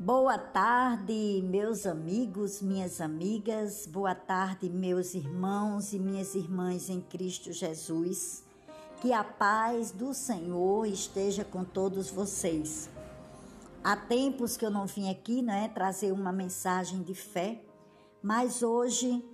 Boa tarde, meus amigos, minhas amigas. Boa tarde, meus irmãos e minhas irmãs em Cristo Jesus. Que a paz do Senhor esteja com todos vocês. Há tempos que eu não vim aqui, trazer uma mensagem de fé, mas hoje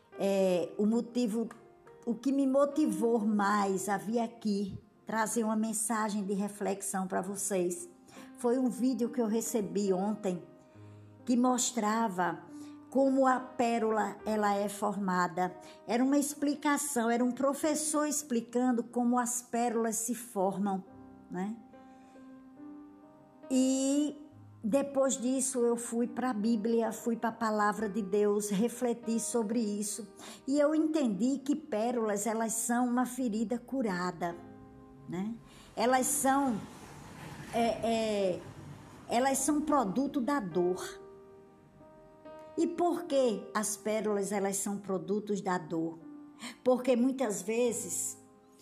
o que me motivou mais a vir aqui trazer uma mensagem de reflexão para vocês foi um vídeo que eu recebi ontem que mostrava como a pérola ela é formada. Era uma explicação, era um professor explicando como as pérolas se formam, né? E depois disso eu fui para a Bíblia, fui para a Palavra de Deus, refleti sobre isso. E eu entendi que pérolas, elas são uma ferida curada, né? Elas são produto da dor. E por que as pérolas elas são produtos da dor? Porque muitas vezes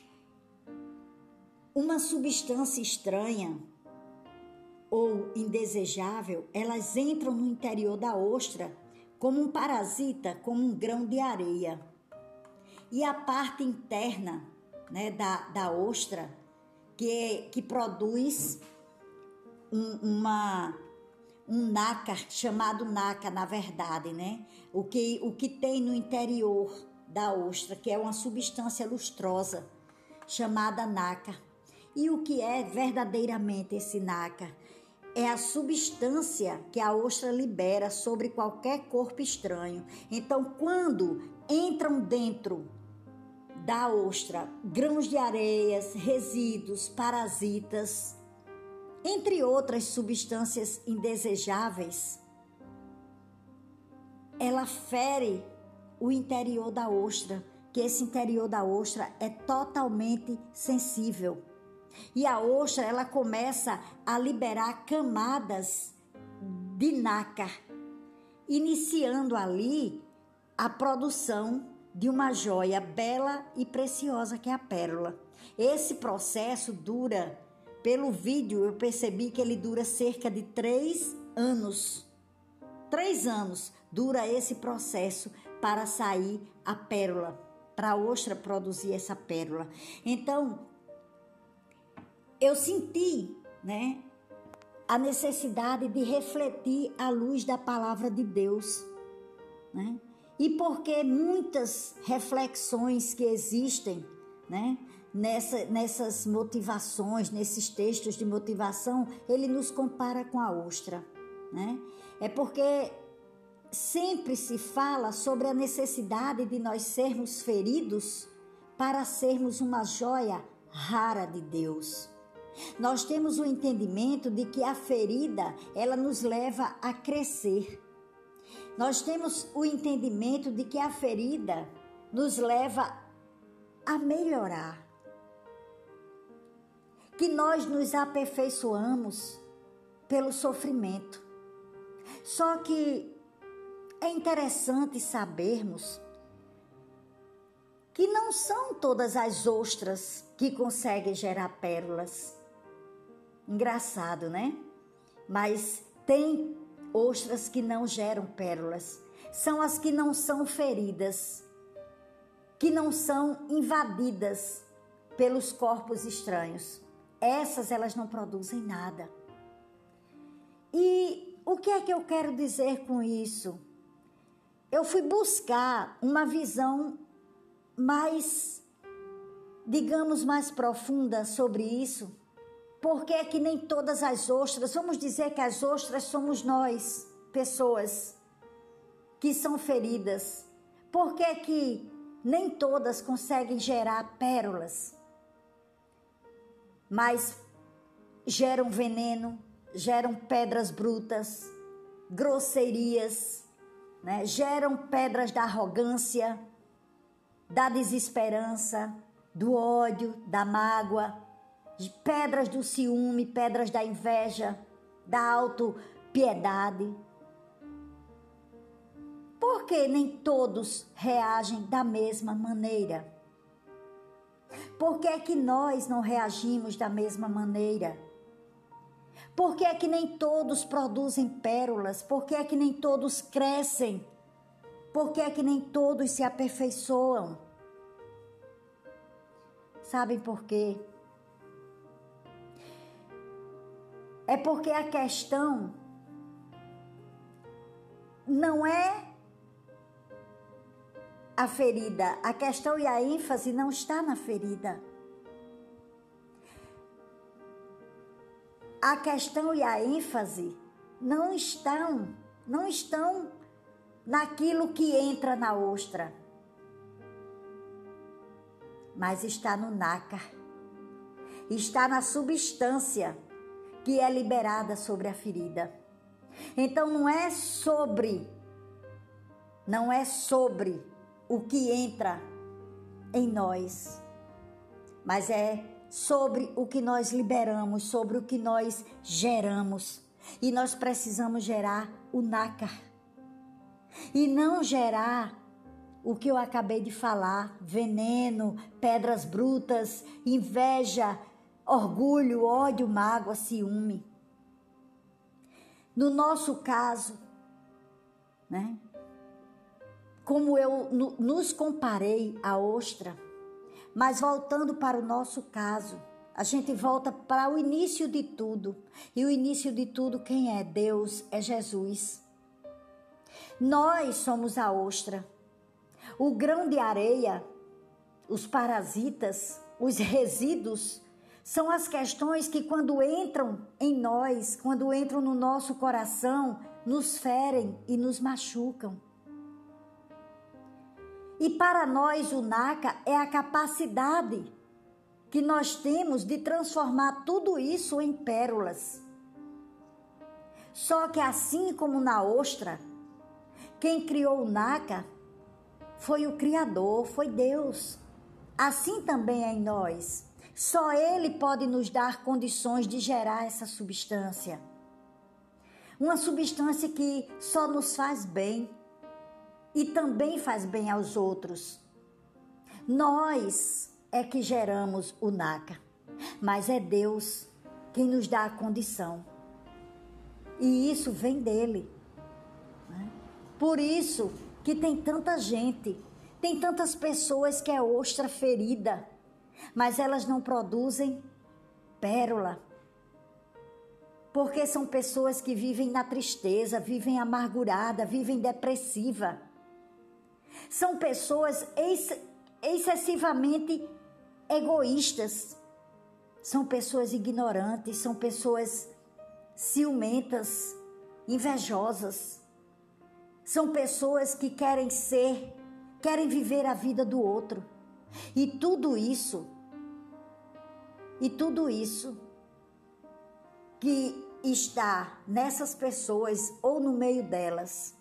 uma substância estranha ou indesejável, elas entram no interior da ostra como um parasita, como um grão de areia. E a parte interna, né, da ostra, que produz um nácar, chamado nácar, na verdade, né? O que tem no interior da ostra, que é uma substância lustrosa, chamada nácar. E o que é verdadeiramente esse nácar? É a substância que a ostra libera sobre qualquer corpo estranho. Então, quando entram dentro da ostra grãos de areias, resíduos, parasitas, entre outras substâncias indesejáveis, ela fere o interior da ostra, que esse interior da ostra é totalmente sensível. E a ostra, ela começa a liberar camadas de nácar, iniciando ali a produção de uma joia bela e preciosa que é a pérola. Esse processo dura, pelo vídeo eu percebi que ele dura cerca de 3 anos. 3 anos dura esse processo para sair a pérola, para a ostra produzir essa pérola. Então, eu senti, a necessidade de refletir à luz da palavra de Deus, né? E porque muitas reflexões que existem, nessas motivações, nesses textos de motivação, ele nos compara com a ostra, né? É porque sempre se fala sobre a necessidade de nós sermos feridos para sermos uma joia rara de Deus. Nós temos o entendimento de que a ferida, ela nos leva a crescer. Nós temos o entendimento de que a ferida nos leva a melhorar. Que nós nos aperfeiçoamos pelo sofrimento. Só que é interessante sabermos que não são todas as ostras que conseguem gerar pérolas. Engraçado, né? Mas tem ostras que não geram pérolas. São as que não são feridas, que não são invadidas pelos corpos estranhos. Essas, elas não produzem nada. E o que é que eu quero dizer com isso? Eu fui buscar uma visão mais, digamos, mais profunda sobre isso. Porque é que nem todas as ostras, vamos dizer que as ostras somos nós, pessoas que são feridas. Por que é que nem todas conseguem gerar pérolas? Mas geram veneno, geram pedras brutas, grosserias, geram pedras da arrogância, da desesperança, do ódio, da mágoa, pedras do ciúme, pedras da inveja, da autopiedade. Por que nem todos reagem da mesma maneira? Por que é que nós não reagimos da mesma maneira? Por que é que nem todos produzem pérolas? Por que é que nem todos crescem? Por que é que nem todos se aperfeiçoam? Sabem por quê? É porque a questão não é a ferida. A questão e a ênfase não está na ferida. A questão e a ênfase não estão naquilo que entra na ostra, mas está no nácar, está na substância que é liberada sobre a ferida. Então não é sobre o que entra em nós, mas é sobre o que nós liberamos, sobre o que nós geramos. E nós precisamos gerar o nácar e não gerar o que eu acabei de falar: veneno, pedras brutas, inveja, orgulho, ódio, mágoa, ciúme. No nosso caso, né? Como eu nos comparei à ostra, mas voltando para o nosso caso, a gente volta para o início de tudo. E o início de tudo, quem é? Deus, é Jesus. Nós somos a ostra. O grão de areia, os parasitas, os resíduos, são as questões que quando entram em nós, quando entram no nosso coração, nos ferem e nos machucam. E para nós o nácar é a capacidade que nós temos de transformar tudo isso em pérolas. Só que assim como na ostra, quem criou o nácar foi o Criador, foi Deus. Assim também é em nós. Só Ele pode nos dar condições de gerar essa substância. Uma substância que só nos faz bem e também faz bem aos outros. Nós é que geramos o nácar, mas é Deus quem nos dá a condição. E isso vem dele. Por isso que tem tanta gente, tem tantas pessoas que é ostra ferida, mas elas não produzem pérola. Porque são pessoas que vivem na tristeza, vivem amargurada, vivem depressiva. São pessoas excessivamente egoístas. São pessoas ignorantes, são pessoas ciumentas, invejosas. São pessoas que querem viver a vida do outro. E tudo isso que está nessas pessoas ou no meio delas.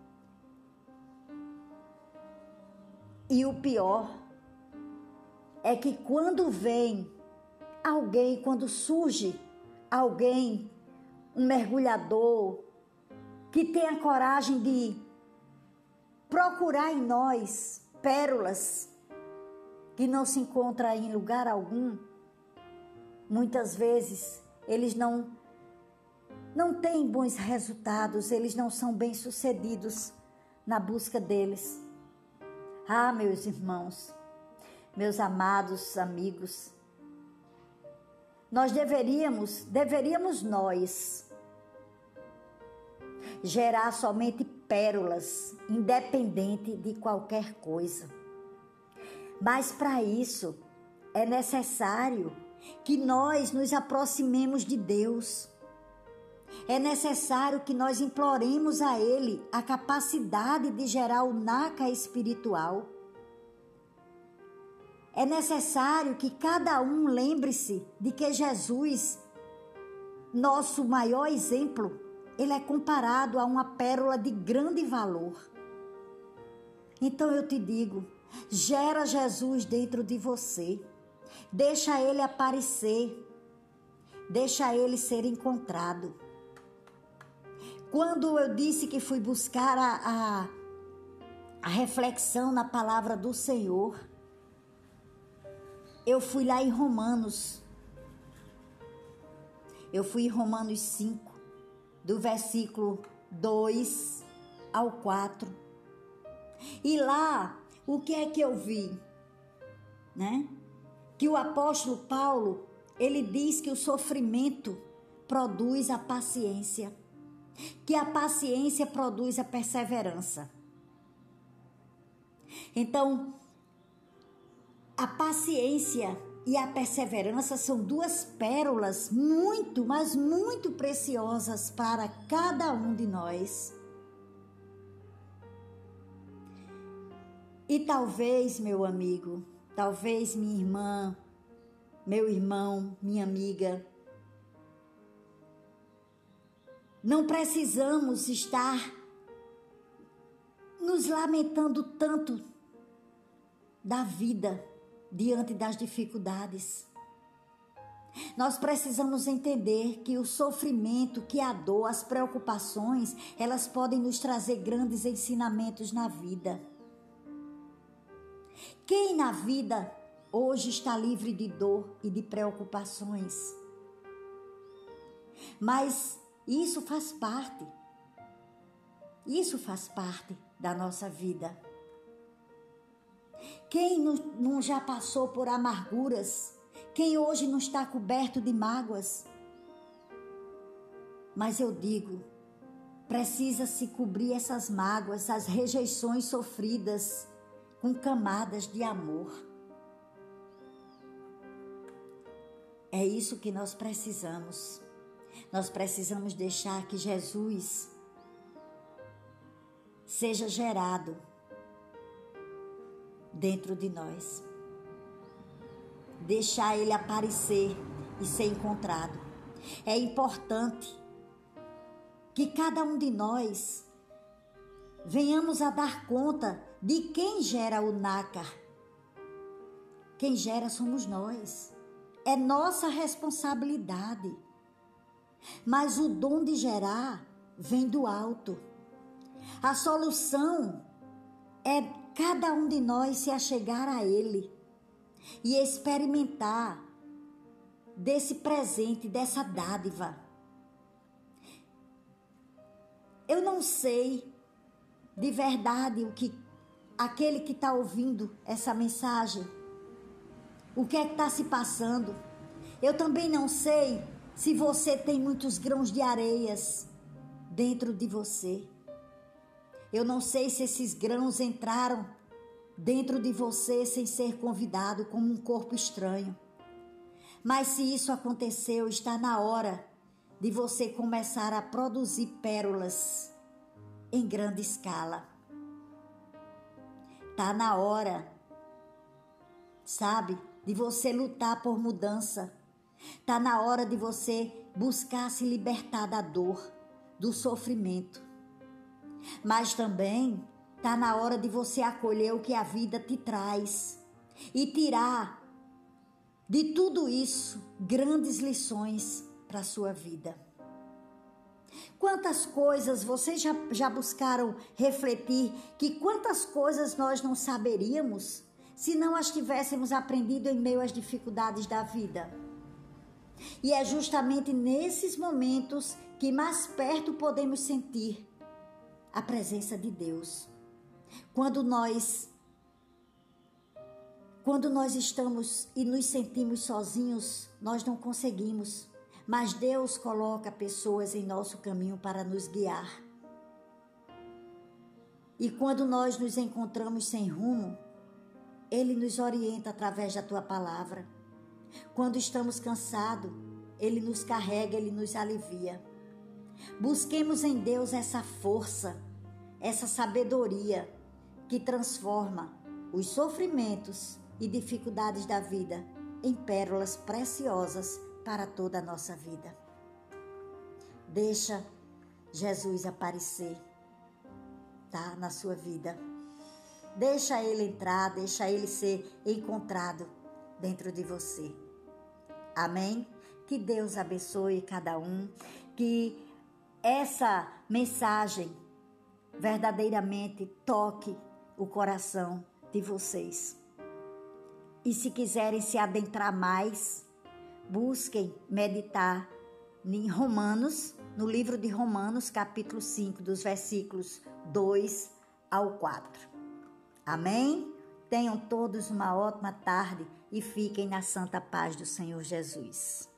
E o pior é que quando vem alguém, quando surge alguém, um mergulhador, que tem a coragem de procurar em nós pérolas que não se encontram em lugar algum, muitas vezes eles não têm bons resultados, eles não são bem-sucedidos na busca deles. Ah, meus irmãos, meus amados amigos, nós deveríamos nós gerar somente pérolas, independente de qualquer coisa. Mas para isso é necessário que nós nos aproximemos de Deus. É necessário que nós imploremos a Ele a capacidade de gerar o nácar espiritual. É necessário que cada um lembre-se de que Jesus, nosso maior exemplo, ele é comparado a uma pérola de grande valor. Então eu te digo, gera Jesus dentro de você. Deixa ele aparecer. Deixa ele ser encontrado. Quando eu disse que fui buscar a reflexão na palavra do Senhor, eu fui lá em Romanos. Eu fui em Romanos 5, do versículo 2 ao 4. E lá, o que é que eu vi? Né? Que o apóstolo Paulo, ele diz que o sofrimento produz a paciência, que a paciência produz a perseverança. Então, a paciência e a perseverança são duas pérolas muito, mas muito preciosas para cada um de nós. E talvez, meu amigo, talvez minha irmã, meu irmão, minha amiga, não precisamos estar nos lamentando tanto da vida diante das dificuldades. Nós precisamos entender que o sofrimento, que a dor, as preocupações, elas podem nos trazer grandes ensinamentos na vida. Quem na vida hoje está livre de dor e de preocupações? Mas isso faz parte. Isso faz parte da nossa vida. Quem não já passou por amarguras? Quem hoje não está coberto de mágoas? Mas eu digo, precisa-se cobrir essas mágoas, as rejeições sofridas, com camadas de amor. É isso que nós precisamos. Nós precisamos deixar que Jesus seja gerado dentro de nós. Deixar ele aparecer e ser encontrado. É importante que cada um de nós venhamos a dar conta de quem gera o nácar. Quem gera somos nós. É nossa responsabilidade. Mas o dom de gerar vem do alto. A solução é cada um de nós se achegar a Ele e experimentar desse presente, dessa dádiva. Eu não sei de verdade o que aquele que está ouvindo essa mensagem, o que é que está se passando. Eu também não sei se você tem muitos grãos de areias dentro de você. Eu não sei se esses grãos entraram dentro de você sem ser convidado, como um corpo estranho. Mas se isso aconteceu, está na hora de você começar a produzir pérolas em grande escala. Está na hora, sabe, de você lutar por mudança. Está na hora de você buscar se libertar da dor, do sofrimento. Mas também está na hora de você acolher o que a vida te traz e tirar de tudo isso grandes lições para a sua vida. Quantas coisas vocês já buscaram refletir que quantas coisas nós não saberíamos se não as tivéssemos aprendido em meio às dificuldades da vida? E é justamente nesses momentos que mais perto podemos sentir a presença de Deus. Quando nós estamos e nos sentimos sozinhos, nós não conseguimos. Mas Deus coloca pessoas em nosso caminho para nos guiar. E quando nós nos encontramos sem rumo, Ele nos orienta através da Tua palavra. Quando estamos cansados, Ele nos carrega, Ele nos alivia. Busquemos em Deus essa força, essa sabedoria que transforma os sofrimentos e dificuldades da vida em pérolas preciosas para toda a nossa vida. Deixa Jesus aparecer, tá? Na sua vida. Deixa Ele entrar, deixa Ele ser encontrado dentro de você. Amém? Que Deus abençoe cada um, que essa mensagem verdadeiramente toque o coração de vocês. E se quiserem se adentrar mais, busquem meditar em Romanos, no livro de Romanos, capítulo 5, dos versículos 2 ao 4. Amém? Tenham todos uma ótima tarde e fiquem na santa paz do Senhor Jesus.